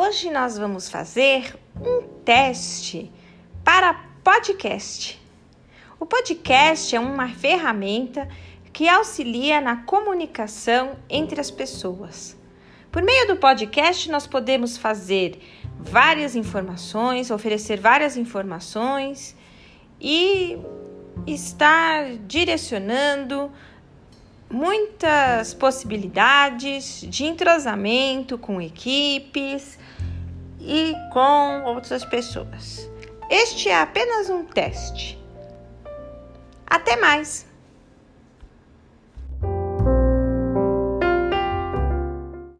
Hoje nós vamos fazer um teste para podcast. O podcast é uma ferramenta que auxilia na comunicação entre as pessoas. Por meio do podcast, nós podemos fazer várias informações, oferecer várias informações e estar direcionando muitas possibilidades de entrosamento com equipes e com outras pessoas. Este é apenas um teste. Até mais!